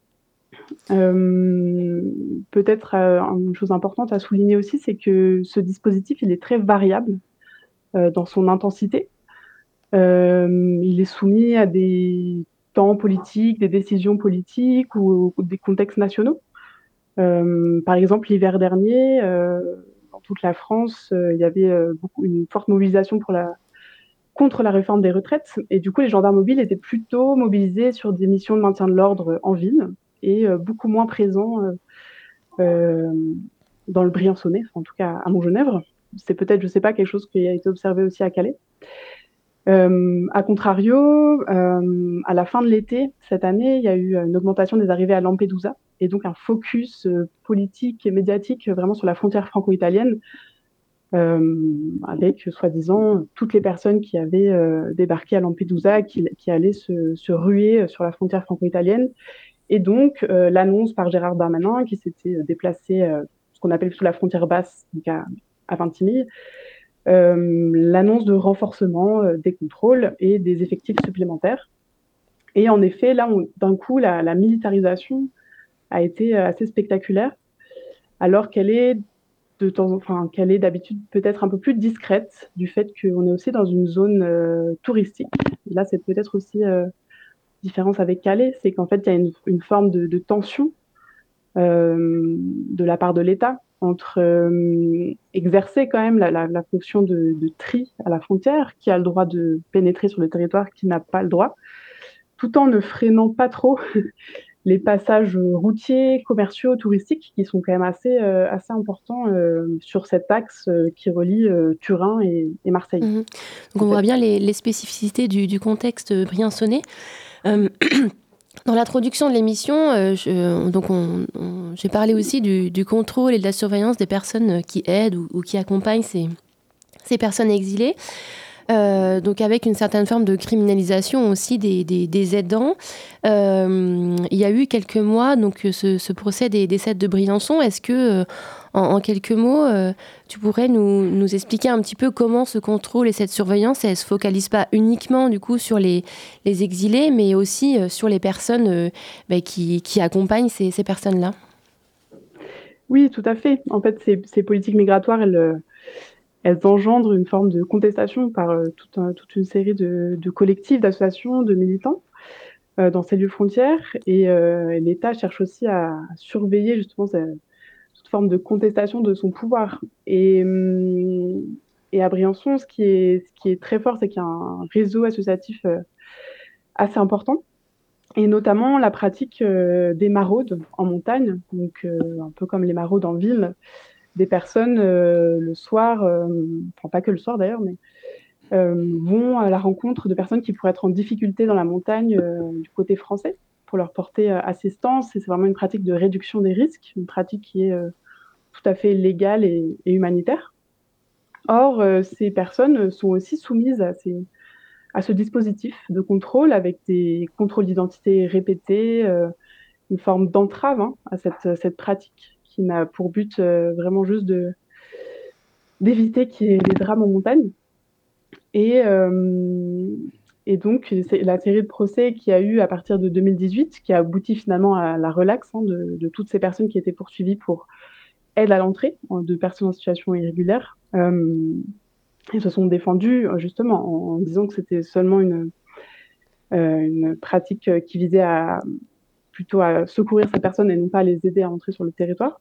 Euh, peut-être euh, une chose importante à souligner aussi, c'est que ce dispositif, il est très variable euh, dans son intensité. Euh, il est soumis à des temps politiques, des décisions politiques ou, ou des contextes nationaux. Euh, par exemple, l'hiver dernier, euh, dans toute la France, euh, il y avait euh, beaucoup, une forte mobilisation pour la, contre la réforme des retraites. Et du coup, les gendarmes mobiles étaient plutôt mobilisés sur des missions de maintien de l'ordre en ville et euh, beaucoup moins présents euh, euh, dans le Briançonnais, en tout cas à Montgenèvre. C'est peut-être, je ne sais pas, quelque chose qui a été observé aussi à Calais. Euh, a contrario, euh, à la fin de l'été, cette année, il y a eu une augmentation des arrivées à Lampedusa, et donc un focus euh, politique et médiatique vraiment sur la frontière franco-italienne, euh, avec, soi-disant, toutes les personnes qui avaient euh, débarqué à Lampedusa, qui, qui allaient se, se ruer sur la frontière franco-italienne, et donc euh, l'annonce par Gérard Darmanin, qui s'était déplacé, euh, ce qu'on appelle plutôt la frontière basse, donc à, à Vintimille, euh, l'annonce de renforcement euh, des contrôles et des effectifs supplémentaires. Et en effet, là, on, d'un coup, la, la militarisation a été assez spectaculaire, alors qu'elle est de temps, enfin, qu'elle est d'habitude peut-être un peu plus discrète du fait qu'on est aussi dans une zone euh, touristique. Et là, c'est peut-être aussi euh, différence avec Calais, c'est qu'en fait, il y a une, une forme de, de tension euh, de la part de l'État entre euh, exercer quand même la, la, la fonction de, de tri à la frontière, qui a le droit de pénétrer sur le territoire, qui n'a pas le droit, tout en ne freinant pas trop les passages routiers, commerciaux, touristiques, qui sont quand même assez, euh, assez importants euh, sur cet axe euh, qui relie euh, Turin et, et Marseille. Mmh. Donc on voit bien les, les spécificités du, du contexte briançonnais. Euh, dans l'introduction de l'émission, euh, je, donc on, on, j'ai parlé aussi du, du contrôle et de la surveillance des personnes qui aident ou, ou qui accompagnent ces, ces personnes exilées. Euh, donc avec une certaine forme de criminalisation aussi des, des, des aidants. Euh, il y a eu quelques mois donc ce, ce procès des, des sept de Briançon. Est-ce que, euh, en, en quelques mots, euh, tu pourrais nous, nous expliquer un petit peu comment ce contrôle et cette surveillance, elle ne se focalise pas uniquement du coup sur les, les exilés, mais aussi euh, sur les personnes euh, bah, qui, qui accompagnent ces, ces personnes-là? Oui, tout à fait. En fait, ces, ces politiques migratoires, elles... elles engendrent une forme de contestation par euh, toute, un, toute une série de, de collectifs, d'associations, de militants euh, dans ces lieux frontières. Et, euh, et l'État cherche aussi à surveiller justement cette, toute forme de contestation de son pouvoir. Et, hum, et à Briançon, ce qui est, ce qui est très fort, c'est qu'il y a un réseau associatif euh, assez important, et notamment la pratique euh, des maraudes en montagne, donc euh, un peu comme les maraudes en ville, des personnes euh, le soir, euh, enfin pas que le soir d'ailleurs, mais euh, vont à la rencontre de personnes qui pourraient être en difficulté dans la montagne euh, du côté français pour leur porter euh, assistance. Et c'est vraiment une pratique de réduction des risques, une pratique qui est euh, tout à fait légale et, et humanitaire. Or, euh, ces personnes sont aussi soumises à, ces, à ce dispositif de contrôle avec des contrôles d'identité répétés, euh, une forme d'entrave hein, à cette, cette pratique, qui n'a pour but euh, vraiment juste de, d'éviter qu'il y ait des drames en montagne. Et, euh, et donc, c'est la série de procès qu'il y a eu à partir de deux mille dix-huit, qui a abouti finalement à la relaxe hein, de, de toutes ces personnes qui étaient poursuivies pour aide à l'entrée de personnes en situation irrégulière. Euh, ils se sont défendus justement en, en disant que c'était seulement une, euh, une pratique qui visait à, plutôt à secourir ces personnes et non pas à les aider à entrer sur le territoire.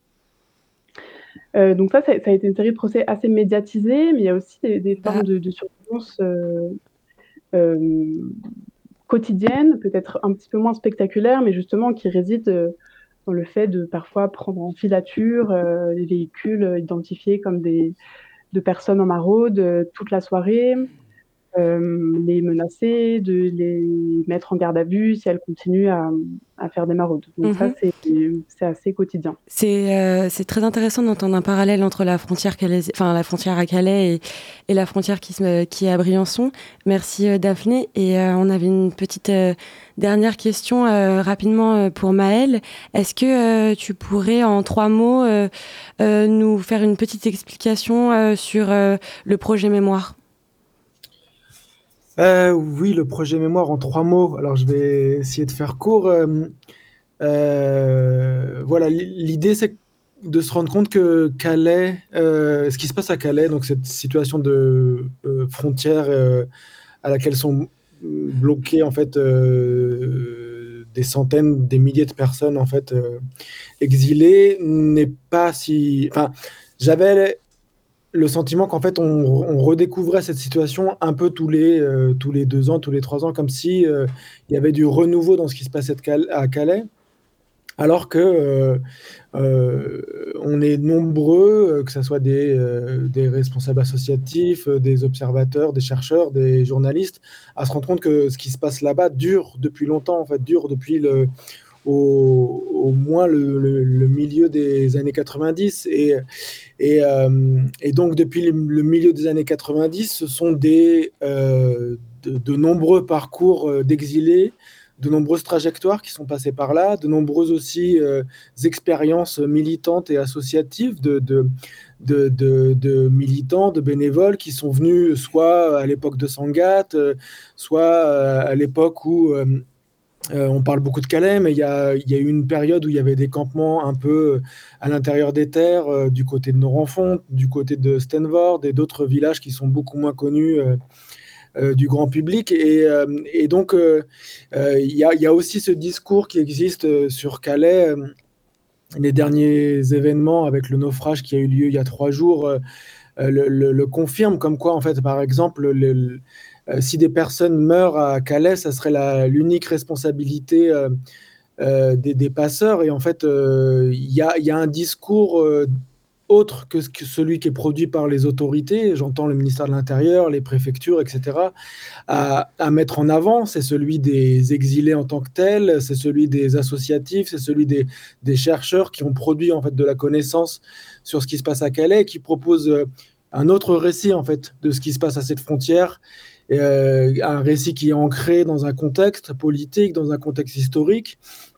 Euh, donc ça, ça, ça a été une série de procès assez médiatisés, mais il y a aussi des, des formes de, de surveillance euh, euh, quotidiennes, peut-être un petit peu moins spectaculaires, mais justement qui résident euh, dans le fait de parfois prendre en filature euh, les véhicules identifiés comme des, de personnes en maraude euh, toute la soirée, euh, les menacer, de les mettre en garde à vue si elles continuent à, à faire des maraudes. Donc mm-hmm. ça, c'est, c'est assez quotidien. C'est, euh, c'est très intéressant d'entendre un parallèle entre la frontière, Calais, enfin, la frontière à Calais et, et la frontière qui, se, qui est à Briançon. Merci euh, Daphné. Et euh, on avait une petite euh, dernière question euh, rapidement euh, pour Maëlle. Est-ce que euh, tu pourrais en trois mots euh, euh, nous faire une petite explication euh, sur euh, le projet Mémoire ? Euh, oui, le projet Mémoire en trois mots. Alors, je vais essayer de faire court. Euh, euh, voilà, l'idée, c'est de se rendre compte que Calais, euh, ce qui se passe à Calais, donc cette situation de euh, frontière euh, à laquelle sont bloquées en fait euh, des centaines, des milliers de personnes en fait euh, exilées, n'est pas si. Enfin, j'avais le sentiment qu'en fait, on, on redécouvrait cette situation un peu tous les, euh, tous les deux ans, tous les trois ans, comme si euh, il y avait du renouveau dans ce qui se passait à Calais, alors que euh, euh, on est nombreux, que ce soit des, euh, des responsables associatifs, des observateurs, des chercheurs, des journalistes, à se rendre compte que ce qui se passe là-bas dure depuis longtemps, en fait, dure depuis le... Au, au moins le, le, le milieu des années quatre-vingt-dix. Et, et, euh, et donc, depuis le, le milieu des années quatre-vingt-dix, ce sont des, euh, de, de nombreux parcours d'exilés, de nombreuses trajectoires qui sont passées par là, de nombreuses aussi euh, expériences militantes et associatives de, de, de, de, de militants, de bénévoles qui sont venus soit à l'époque de Sangatte, euh, soit euh, à l'époque où euh, euh, on parle beaucoup de Calais, mais il y a, il y a eu une période où il y avait des campements un peu à l'intérieur des terres, euh, du côté de Norenfont, du côté de Stenvord et d'autres villages qui sont beaucoup moins connus euh, euh, du grand public. Et, euh, et donc, euh, euh, il y a, il y a aussi ce discours qui existe sur Calais. Euh, les derniers événements avec le naufrage qui a eu lieu il y a trois jours euh, le, le, le confirment, comme quoi, en fait, par exemple, le, le, euh, si des personnes meurent à Calais, ça serait la, l'unique responsabilité euh, euh, des, des passeurs. Et en fait, il euh, y, a, y a un discours euh, autre que, que celui qui est produit par les autorités, j'entends le ministère de l'Intérieur, les préfectures, et cetera, à, à mettre en avant. C'est celui des exilés en tant que tels, c'est celui des associatifs, c'est celui des, des chercheurs qui ont produit en fait de la connaissance sur ce qui se passe à Calais, qui proposent un autre récit en fait de ce qui se passe à cette frontière, euh, un récit qui est ancré dans un contexte politique, dans un contexte historique,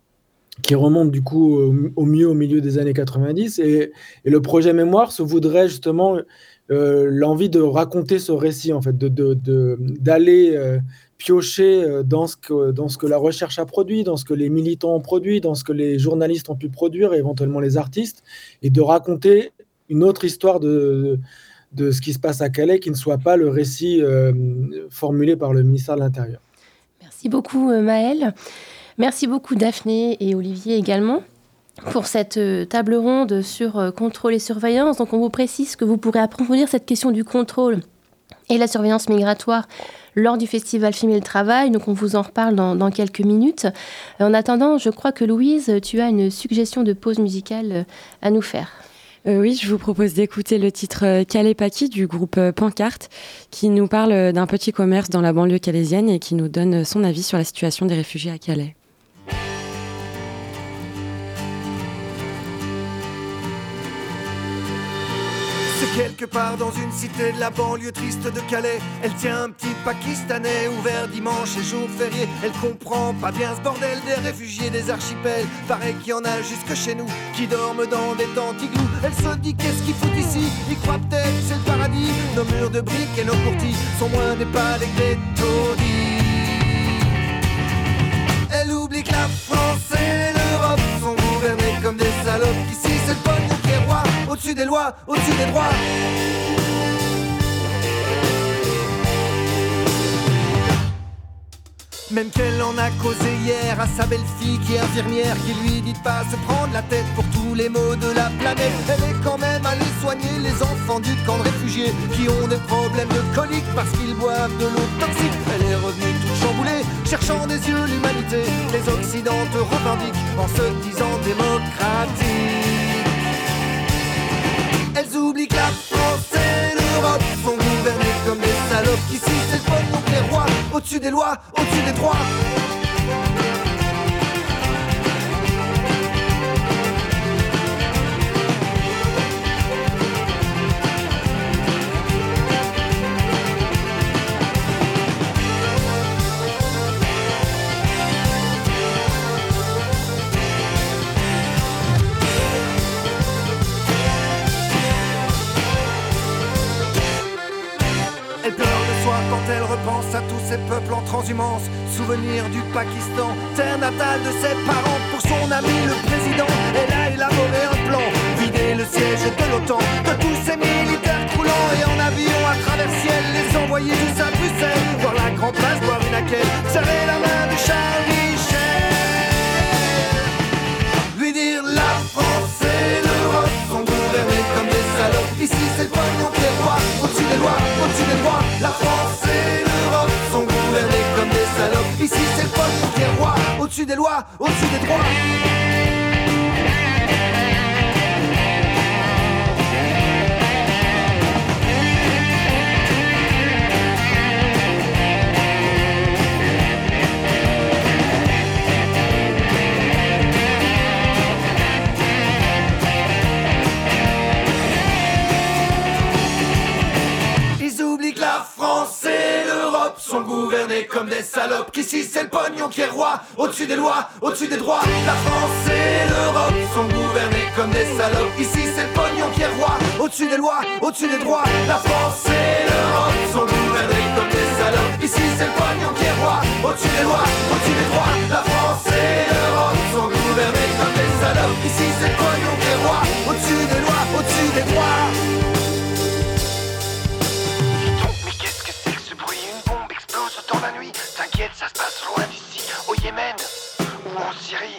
qui remonte du coup au, au mieux au milieu des années quatre-vingt-dix. Et, et le projet Mémoire se voudrait justement euh, l'envie de raconter ce récit, en fait, de, de, de, d'aller euh, piocher dans ce, que, dans ce que la recherche a produit, dans ce que les militants ont produit, dans ce que les journalistes ont pu produire, et éventuellement les artistes, et de raconter une autre histoire de, de, de ce qui se passe à Calais, qui ne soit pas le récit euh, formulé par le ministère de l'Intérieur. Merci beaucoup Maëlle. Merci beaucoup Daphné et Olivier également pour cette table ronde sur contrôle et surveillance. Donc on vous précise que vous pourrez approfondir cette question du contrôle et la surveillance migratoire lors du festival Film et le Travail. Donc on vous en reparle dans, dans quelques minutes. En attendant, je crois que Louise, tu as une suggestion de pause musicale à nous faire. Euh, oui, je vous propose d'écouter le titre Calais Paki du groupe Pancarte, qui nous parle d'un petit commerce dans la banlieue calaisienne et qui nous donne son avis sur la situation des réfugiés à Calais. Quelque part dans une cité de la banlieue triste de Calais, elle tient un petit Pakistanais ouvert dimanche et jour férié. Elle comprend pas bien ce bordel des réfugiés des archipels. Paraît qu'il y en a jusque chez nous qui dorment dans des tentes igloos. Elle se dit qu'est-ce qu'il faut ici, ils croient peut-être c'est le paradis. Nos murs de briques et nos courtilles sont moins des palais que des taudis. Elle oublie que la France et l'Europe sont gouvernés comme des salopes. Ici c'est le pognon qui est roi, au-dessus des lois, au-dessus des droits. Même qu'elle en a causé hier à sa belle-fille qui est infirmière, qui lui dit de pas se prendre la tête pour tous les maux de la planète. Elle est quand même allée soigner les enfants du camp de réfugiés qui ont des problèmes de colique parce qu'ils boivent de l'eau toxique. Elle est revenue toute chamboulée, cherchant des yeux l'humanité. Les Occidentaux revendiquent en se disant démocratiques. Elles oublient que la France et l'Europe sont gouvernées comme des salopes. Qu'ici c'est le pognon que les rois, au-dessus des lois, au-dessus des droits. Quand elle repense à tous ces peuples en transhumance, souvenir du Pakistan, terre natale de ses parents. Pour son ami le président, elle a élaboré un plan, vider le siège de l'OTAN de tous ces militaires croulants, et en avion à travers ciel les envoyer tous à Bruxelles, voir la grande place, boire une aquelle, serrer la main de Charles Michel, lui dire la France et l'Europe sont gouvernés comme des salopes. Ici c'est le pognon qui est roi, au-dessus des lois, au-dessus des droits. La France et l'Europe sont gouvernés comme des salopes. Ici c'est le pognon qui est roi, au-dessus des lois, au-dessus des droits. sont gouvernés comme des salopes. Qu'ici c'est le pognon qui est roi, au-dessus des lois, au-dessus des droits. La France et l'Europe sont gouvernés comme des salopes. Ici c'est le pognon qui est roi, au-dessus des lois, au-dessus des droits. La France et l'Europe sont gouvernés comme des salopes. Ici c'est le pognon qui est roi, au-dessus des lois, au-dessus des droits. La France et l'Europe sont gouvernés comme des salopes. Ici c'est le pognon qui est roi, au-dessus des lois, au-dessus des droits. Mais qu'est-ce que c'est que ce bruit? Une bombe explose dans la nuit. T'inquiète, ça se passe loin d'ici, au Yémen ou en Syrie.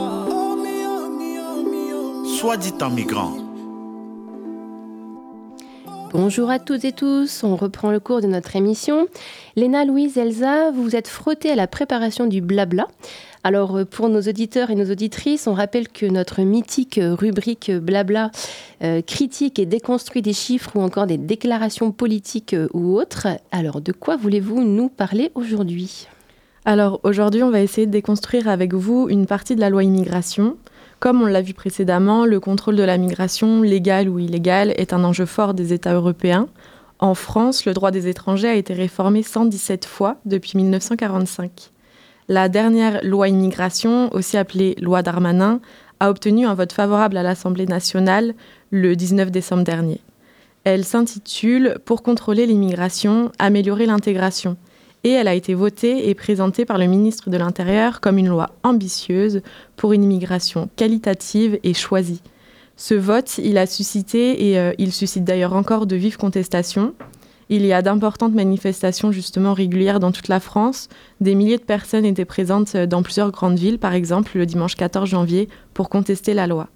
Soit dit en migrant. Bonjour à toutes et tous, on reprend le cours de notre émission. Léna, Louise, Elsa, vous vous êtes frottées à la préparation du blabla. Alors pour nos auditeurs et nos auditrices, on rappelle que notre mythique rubrique blabla euh, critique et déconstruit des chiffres ou encore des déclarations politiques euh, ou autres. Alors de quoi voulez-vous nous parler aujourd'hui ? Alors aujourd'hui, on va essayer de déconstruire avec vous une partie de la loi immigration. Comme on l'a vu précédemment, le contrôle de la migration, légale ou illégale, est un enjeu fort des États européens. En France, le droit des étrangers a été réformé cent dix-sept fois depuis mille neuf cent quarante-cinq. La dernière loi immigration, aussi appelée loi Darmanin, a obtenu un vote favorable à l'Assemblée nationale le dix-neuf décembre dernier. Elle s'intitule « Pour contrôler l'immigration, améliorer l'intégration ». Et elle a été votée et présentée par le ministre de l'Intérieur comme une loi ambitieuse pour une immigration qualitative et choisie. Ce vote, il a suscité, et euh, il suscite d'ailleurs encore de vives contestations. Il y a d'importantes manifestations justement régulières dans toute la France. Des milliers de personnes étaient présentes dans plusieurs grandes villes, par exemple le dimanche quatorze janvier, pour contester la loi.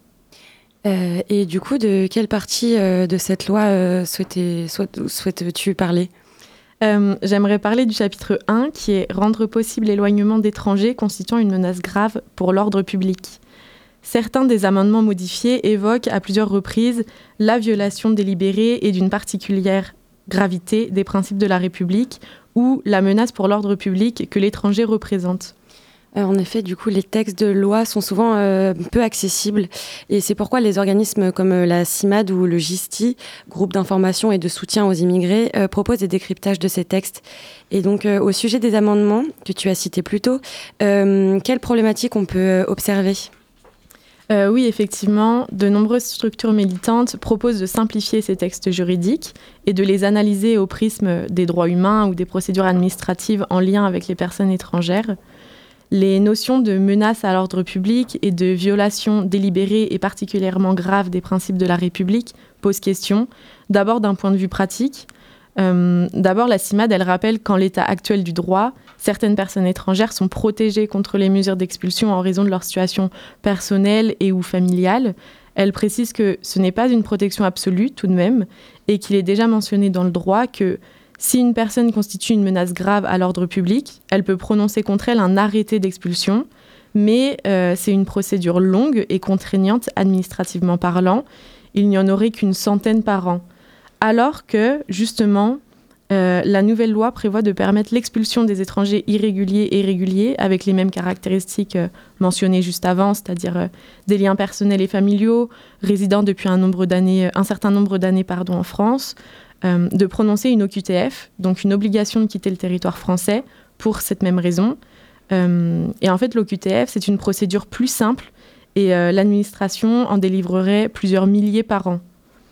Euh, et du coup, de quelle partie euh, de cette loi euh, souhaitais, souhaites, souhaites-tu parler ? Euh, j'aimerais parler du chapitre un, qui est « Rendre possible l'éloignement d'étrangers constituant une menace grave pour l'ordre public ». Certains des amendements modifiés évoquent à plusieurs reprises la violation délibérée et d'une particulière gravité des principes de la République ou la menace pour l'ordre public que l'étranger représente. Euh, en effet, du coup, les textes de loi sont souvent euh, peu accessibles et c'est pourquoi les organismes comme euh, la CIMAD ou le GISTI, groupe d'information et de soutien aux immigrés, euh, proposent des décryptages de ces textes. Et donc, euh, au sujet des amendements que tu as cités plus tôt, euh, quelles problématiques on peut euh, observer ? Euh, oui, effectivement, de nombreuses structures militantes proposent de simplifier ces textes juridiques et de les analyser au prisme des droits humains ou des procédures administratives en lien avec les personnes étrangères. Les notions de menace à l'ordre public et de violation délibérée et particulièrement grave des principes de la République posent question, d'abord d'un point de vue pratique. Euh, d'abord, la CIMAD, elle rappelle qu'en l'état actuel du droit, certaines personnes étrangères sont protégées contre les mesures d'expulsion en raison de leur situation personnelle et ou familiale. Elle précise que ce n'est pas une protection absolue tout de même et qu'il est déjà mentionné dans le droit que si une personne constitue une menace grave à l'ordre public, elle peut prononcer contre elle un arrêté d'expulsion, mais euh, c'est une procédure longue et contraignante administrativement parlant. Il n'y en aurait qu'une centaine par an. Alors que, justement, euh, la nouvelle loi prévoit de permettre l'expulsion des étrangers irréguliers et réguliers avec les mêmes caractéristiques euh, mentionnées juste avant, c'est-à-dire euh, des liens personnels et familiaux, résidant depuis un, nombre d'années, un certain nombre d'années pardon, en France, euh, de prononcer une O Q T F, donc une obligation de quitter le territoire français pour cette même raison. Euh, et en fait, l'O Q T F, c'est une procédure plus simple et euh, l'administration en délivrerait plusieurs milliers par an.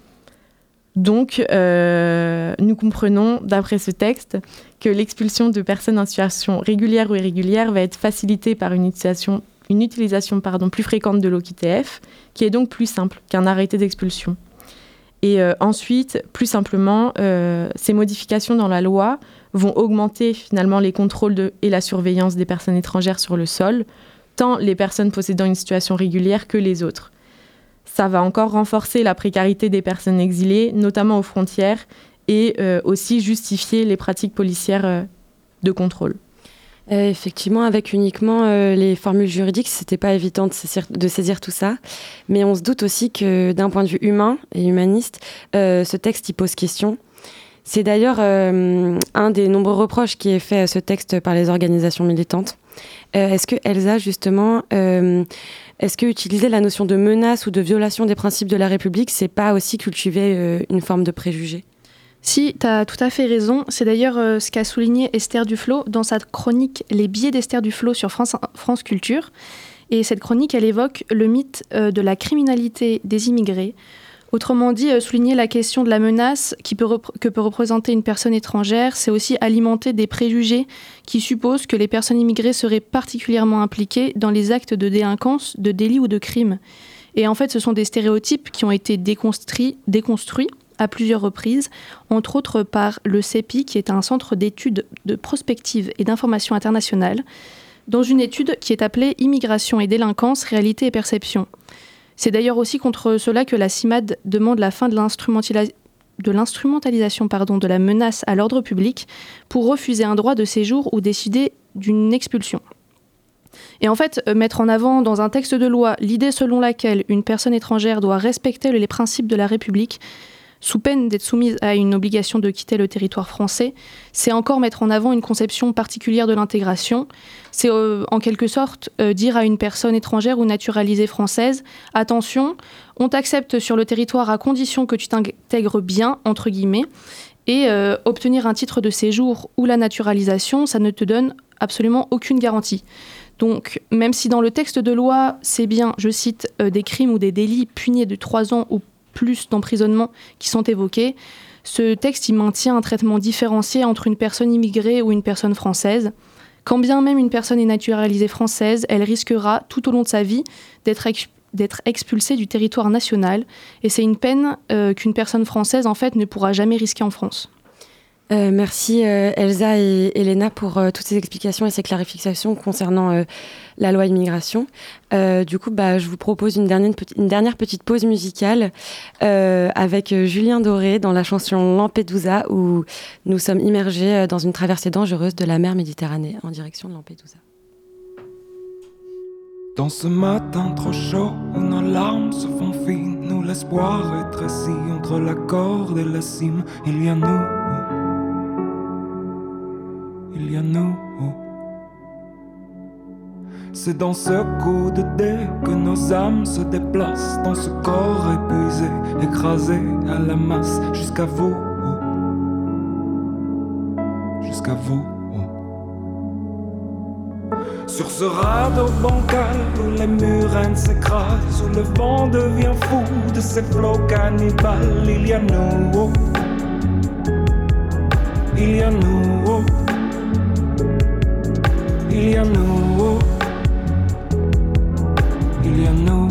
Donc, euh, nous comprenons, d'après ce texte, que l'expulsion de personnes en situation régulière ou irrégulière va être facilitée par une utilisation, une utilisation pardon, plus fréquente de l'O Q T F, qui est donc plus simple qu'un arrêté d'expulsion. Et euh, ensuite, plus simplement, euh, ces modifications dans la loi vont augmenter finalement les contrôles de, et la surveillance des personnes étrangères sur le sol, tant les personnes possédant une situation régulière que les autres. Ça va encore renforcer la précarité des personnes exilées, notamment aux frontières, et euh, aussi justifier les pratiques policières euh, de contrôle. Euh, effectivement, avec uniquement euh, les formules juridiques, c'était pas évident de saisir, de saisir tout ça. Mais on se doute aussi que d'un point de vue humain et humaniste, euh, ce texte y pose question. C'est d'ailleurs euh, un des nombreux reproches qui est fait à ce texte par les organisations militantes. Euh, est-ce que Elsa, justement, euh, est-ce que utiliser la notion de menace ou de violation des principes de la République, c'est pas aussi cultiver euh, une forme de préjugé ? Si, tu as tout à fait raison. C'est d'ailleurs euh, ce qu'a souligné Esther Duflo dans sa chronique « Les biais d'Esther Duflo » sur France, France Culture. Et cette chronique, elle évoque le mythe euh, de la criminalité des immigrés. Autrement dit, euh, souligner la question de la menace qui peut rep- que peut représenter une personne étrangère, c'est aussi alimenter des préjugés qui supposent que les personnes immigrées seraient particulièrement impliquées dans les actes de délinquance, de délits ou de crimes. Et en fait, ce sont des stéréotypes qui ont été déconstruits, déconstruits à plusieurs reprises, entre autres par le C E P I, qui est un centre d'études de prospective et d'information internationale, dans une étude qui est appelée « Immigration et délinquance, réalité et perception ». C'est d'ailleurs aussi contre cela que la CIMAD demande la fin de, l'instrumentalisa- de l'instrumentalisation pardon, de la menace à l'ordre public pour refuser un droit de séjour ou décider d'une expulsion. Et en fait, mettre en avant dans un texte de loi l'idée selon laquelle une personne étrangère doit respecter les principes de la République, sous peine d'être soumise à une obligation de quitter le territoire français, c'est encore mettre en avant une conception particulière de l'intégration. C'est euh, en quelque sorte euh, dire à une personne étrangère ou naturalisée française « Attention, on t'accepte sur le territoire à condition que tu t'intègres bien », entre guillemets, et euh, obtenir un titre de séjour ou la naturalisation, ça ne te donne absolument aucune garantie. Donc, même si dans le texte de loi, c'est bien, je cite, euh, des crimes ou des délits punis de trois ans ou plus d'emprisonnement qui sont évoqués, ce texte il maintient un traitement différencié entre une personne immigrée ou une personne française. Quand bien même une personne est naturalisée française, elle risquera tout au long de sa vie d'être, ex- d'être expulsée du territoire national. Et c'est une peine euh, qu'une personne française en fait ne pourra jamais risquer en France. Euh, merci euh, Elsa et Elena pour euh, toutes ces explications et ces clarifications concernant euh, la loi immigration. Euh, du coup, bah, je vous propose une dernière, une dernière petite pause musicale euh, avec euh, Julien Doré dans la chanson Lampedusa, où nous sommes immergés dans une traversée dangereuse de la mer Méditerranée en direction de Lampedusa. Dans ce matin trop chaud où nos larmes se font fines, où l'espoir est assis entre la corde et la cime, il y a nous. Il y a nous. C'est dans ce coup de dé que nos âmes se déplacent, dans ce corps épuisé, écrasé à la masse, jusqu'à vous, jusqu'à vous. Sur ce radeau bancal où les murènes s'écrasent, où le vent devient fou de ces flots cannibales, il y a nous, il y a nous. Il y a nous, il y a nous.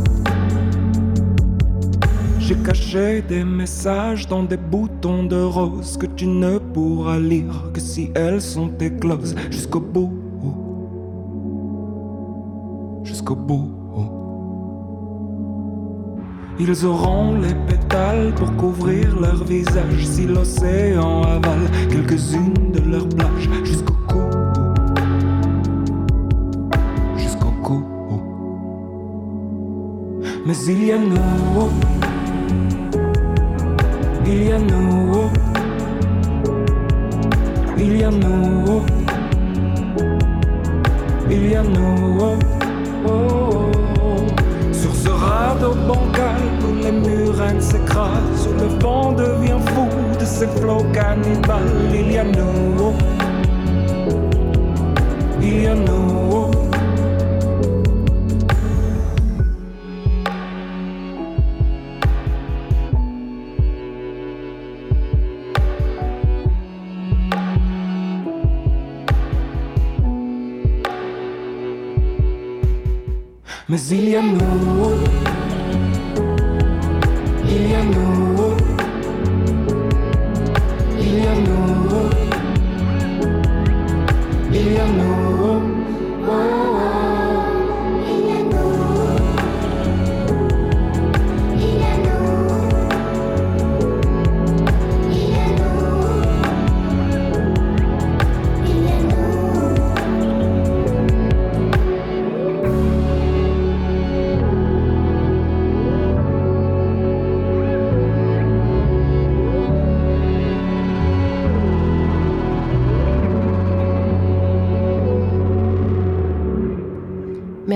J'ai caché des messages dans des boutons de rose que tu ne pourras lire que si elles sont écloses jusqu'au bout, jusqu'au bout. Ils auront les pétales pour couvrir leur visage si l'océan avale quelques-unes de leurs plages jusqu'au cou. Mais il y a nous, il y a nous, il y a nous, il y a nous, oh, oh, oh. Sur ce radeau bancal où les murènes s'écrasent, où le vent devient fou de ces flots cannibales, il y a nous, il y a nous. Mais il y a nous, il y a nous, il y a nous, il y a nous, oh, oh. Il y a nous, il y a nous, il y a nous, il y a nous.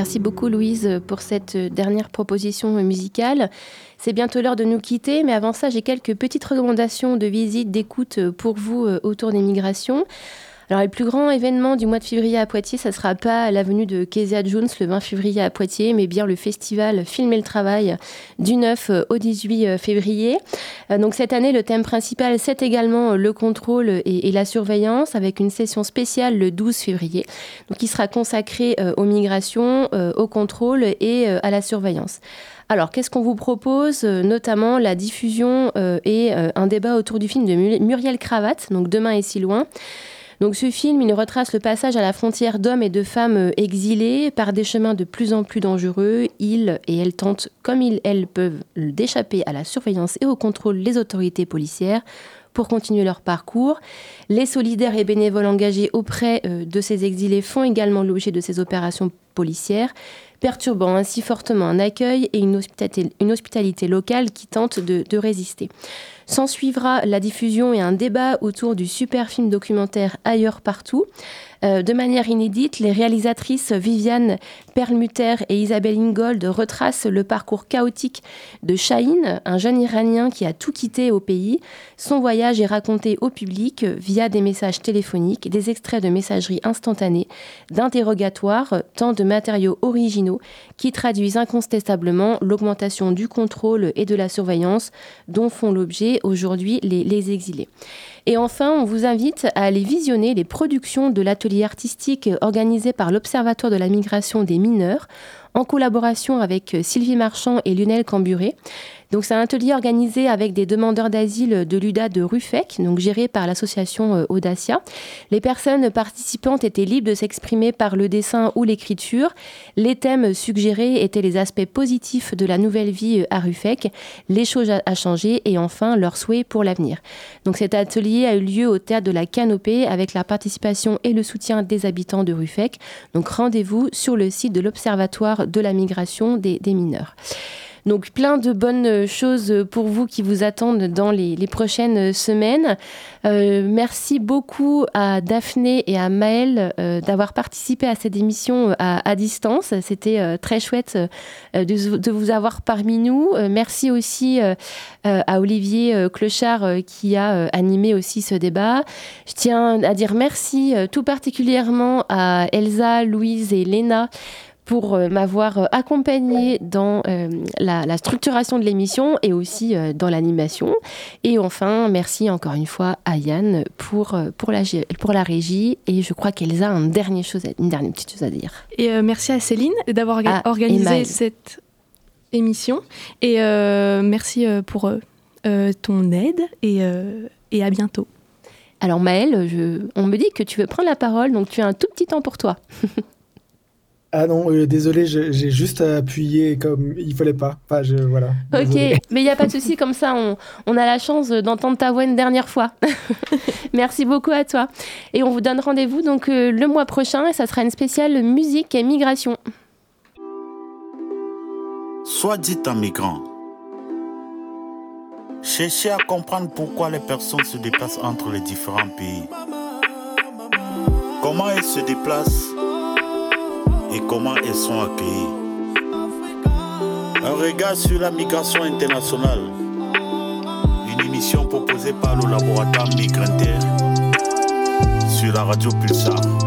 Merci beaucoup Louise pour cette dernière proposition musicale. C'est bientôt l'heure de nous quitter, mais avant ça, j'ai quelques petites recommandations de visite, d'écoute pour vous autour des migrations. Alors, le plus grand événement du mois de février à Poitiers, ça ne sera pas la venue de Kezia Jones le vingt février à Poitiers, mais bien le festival Filmer le travail du neuf au dix-huit février. Donc, cette année, le thème principal, c'est également le contrôle et, et la surveillance, avec une session spéciale le douze février, donc qui sera consacrée aux migrations, au contrôle et à la surveillance. Alors, qu'est-ce qu'on vous propose ? Notamment la diffusion et un débat autour du film de Muriel Cravatte, donc Demain est si loin. Donc ce film, il retrace le passage à la frontière d'hommes et de femmes exilés par des chemins de plus en plus dangereux. Ils et elles tentent, comme ils, elles peuvent, d'échapper à la surveillance et au contrôle des autorités policières pour continuer leur parcours. Les solidaires et bénévoles engagés auprès de ces exilés font également l'objet de ces opérations policières, perturbant ainsi fortement un accueil et une hospitalité, une hospitalité locale qui tente de, de résister. S'en suivra la diffusion et un débat autour du super film documentaire Ailleurs partout. Euh, de manière inédite, les réalisatrices Viviane Perlmutter et Isabelle Ingold retracent le parcours chaotique de Chahine, un jeune Iranien qui a tout quitté au pays. Son voyage est raconté au public via des messages téléphoniques, des extraits de messagerie instantanée, d'interrogatoires, tant de matériaux originaux qui traduisent incontestablement l'augmentation du contrôle et de la surveillance dont font l'objet aujourd'hui les, les exilés. Et enfin, on vous invite à aller visionner les productions de l'atelier artistique organisé par l'Observatoire de la migration des mineurs, en collaboration avec Sylvie Marchand et Lionel Camburé. Donc, c'est un atelier organisé avec des demandeurs d'asile de l'U D A de Ruffec, donc géré par l'association Audacia. Les personnes participantes étaient libres de s'exprimer par le dessin ou l'écriture. Les thèmes suggérés étaient les aspects positifs de la nouvelle vie à Ruffec, les choses à changer et enfin leurs souhaits pour l'avenir. Donc, cet atelier a eu lieu au théâtre de la Canopée avec la participation et le soutien des habitants de Ruffec. Donc, rendez-vous sur le site de l'Observatoire de la migration des, des mineurs. Donc plein de bonnes choses pour vous qui vous attendent dans les, les prochaines semaines. Euh, merci beaucoup à Daphné et à Maëlle euh, d'avoir participé à cette émission à, à distance. C'était euh, très chouette euh, de, de vous avoir parmi nous. Euh, merci aussi euh, euh, à Olivier euh, Clochard euh, qui a euh, animé aussi ce débat. Je tiens à dire merci euh, tout particulièrement à Elsa, Louise et Léna pour euh, m'avoir accompagnée dans euh, la, la structuration de l'émission et aussi euh, dans l'animation. Et enfin, merci encore une fois à Yann pour, euh, pour, la, pour la régie. Et je crois qu'Elsa a une dernière, chose à, une dernière petite chose à dire. Et euh, merci à Céline d'avoir orga- ah, organisé cette émission. Et euh, merci pour euh, ton aide et, euh, et à bientôt. Alors Maëlle, je, on me dit que tu veux prendre la parole, donc tu as un tout petit temps pour toi. Ah non, euh, désolé, je, j'ai juste appuyé comme il fallait pas. Enfin, je, voilà. Ok, Désolé. mais il n'y a pas de souci, comme ça on, on a la chance d'entendre ta voix une dernière fois. Merci beaucoup à toi. Et on vous donne rendez-vous donc euh, le mois prochain et ça sera une spéciale musique et migration. Soit dit en migrant. Cherchez à comprendre pourquoi les personnes se déplacent entre les différents pays. Comment elles se déplacent et comment elles sont accueillies. Un regard sur la migration internationale. Une émission proposée par le laboratoire Migranter sur la radio Pulsar.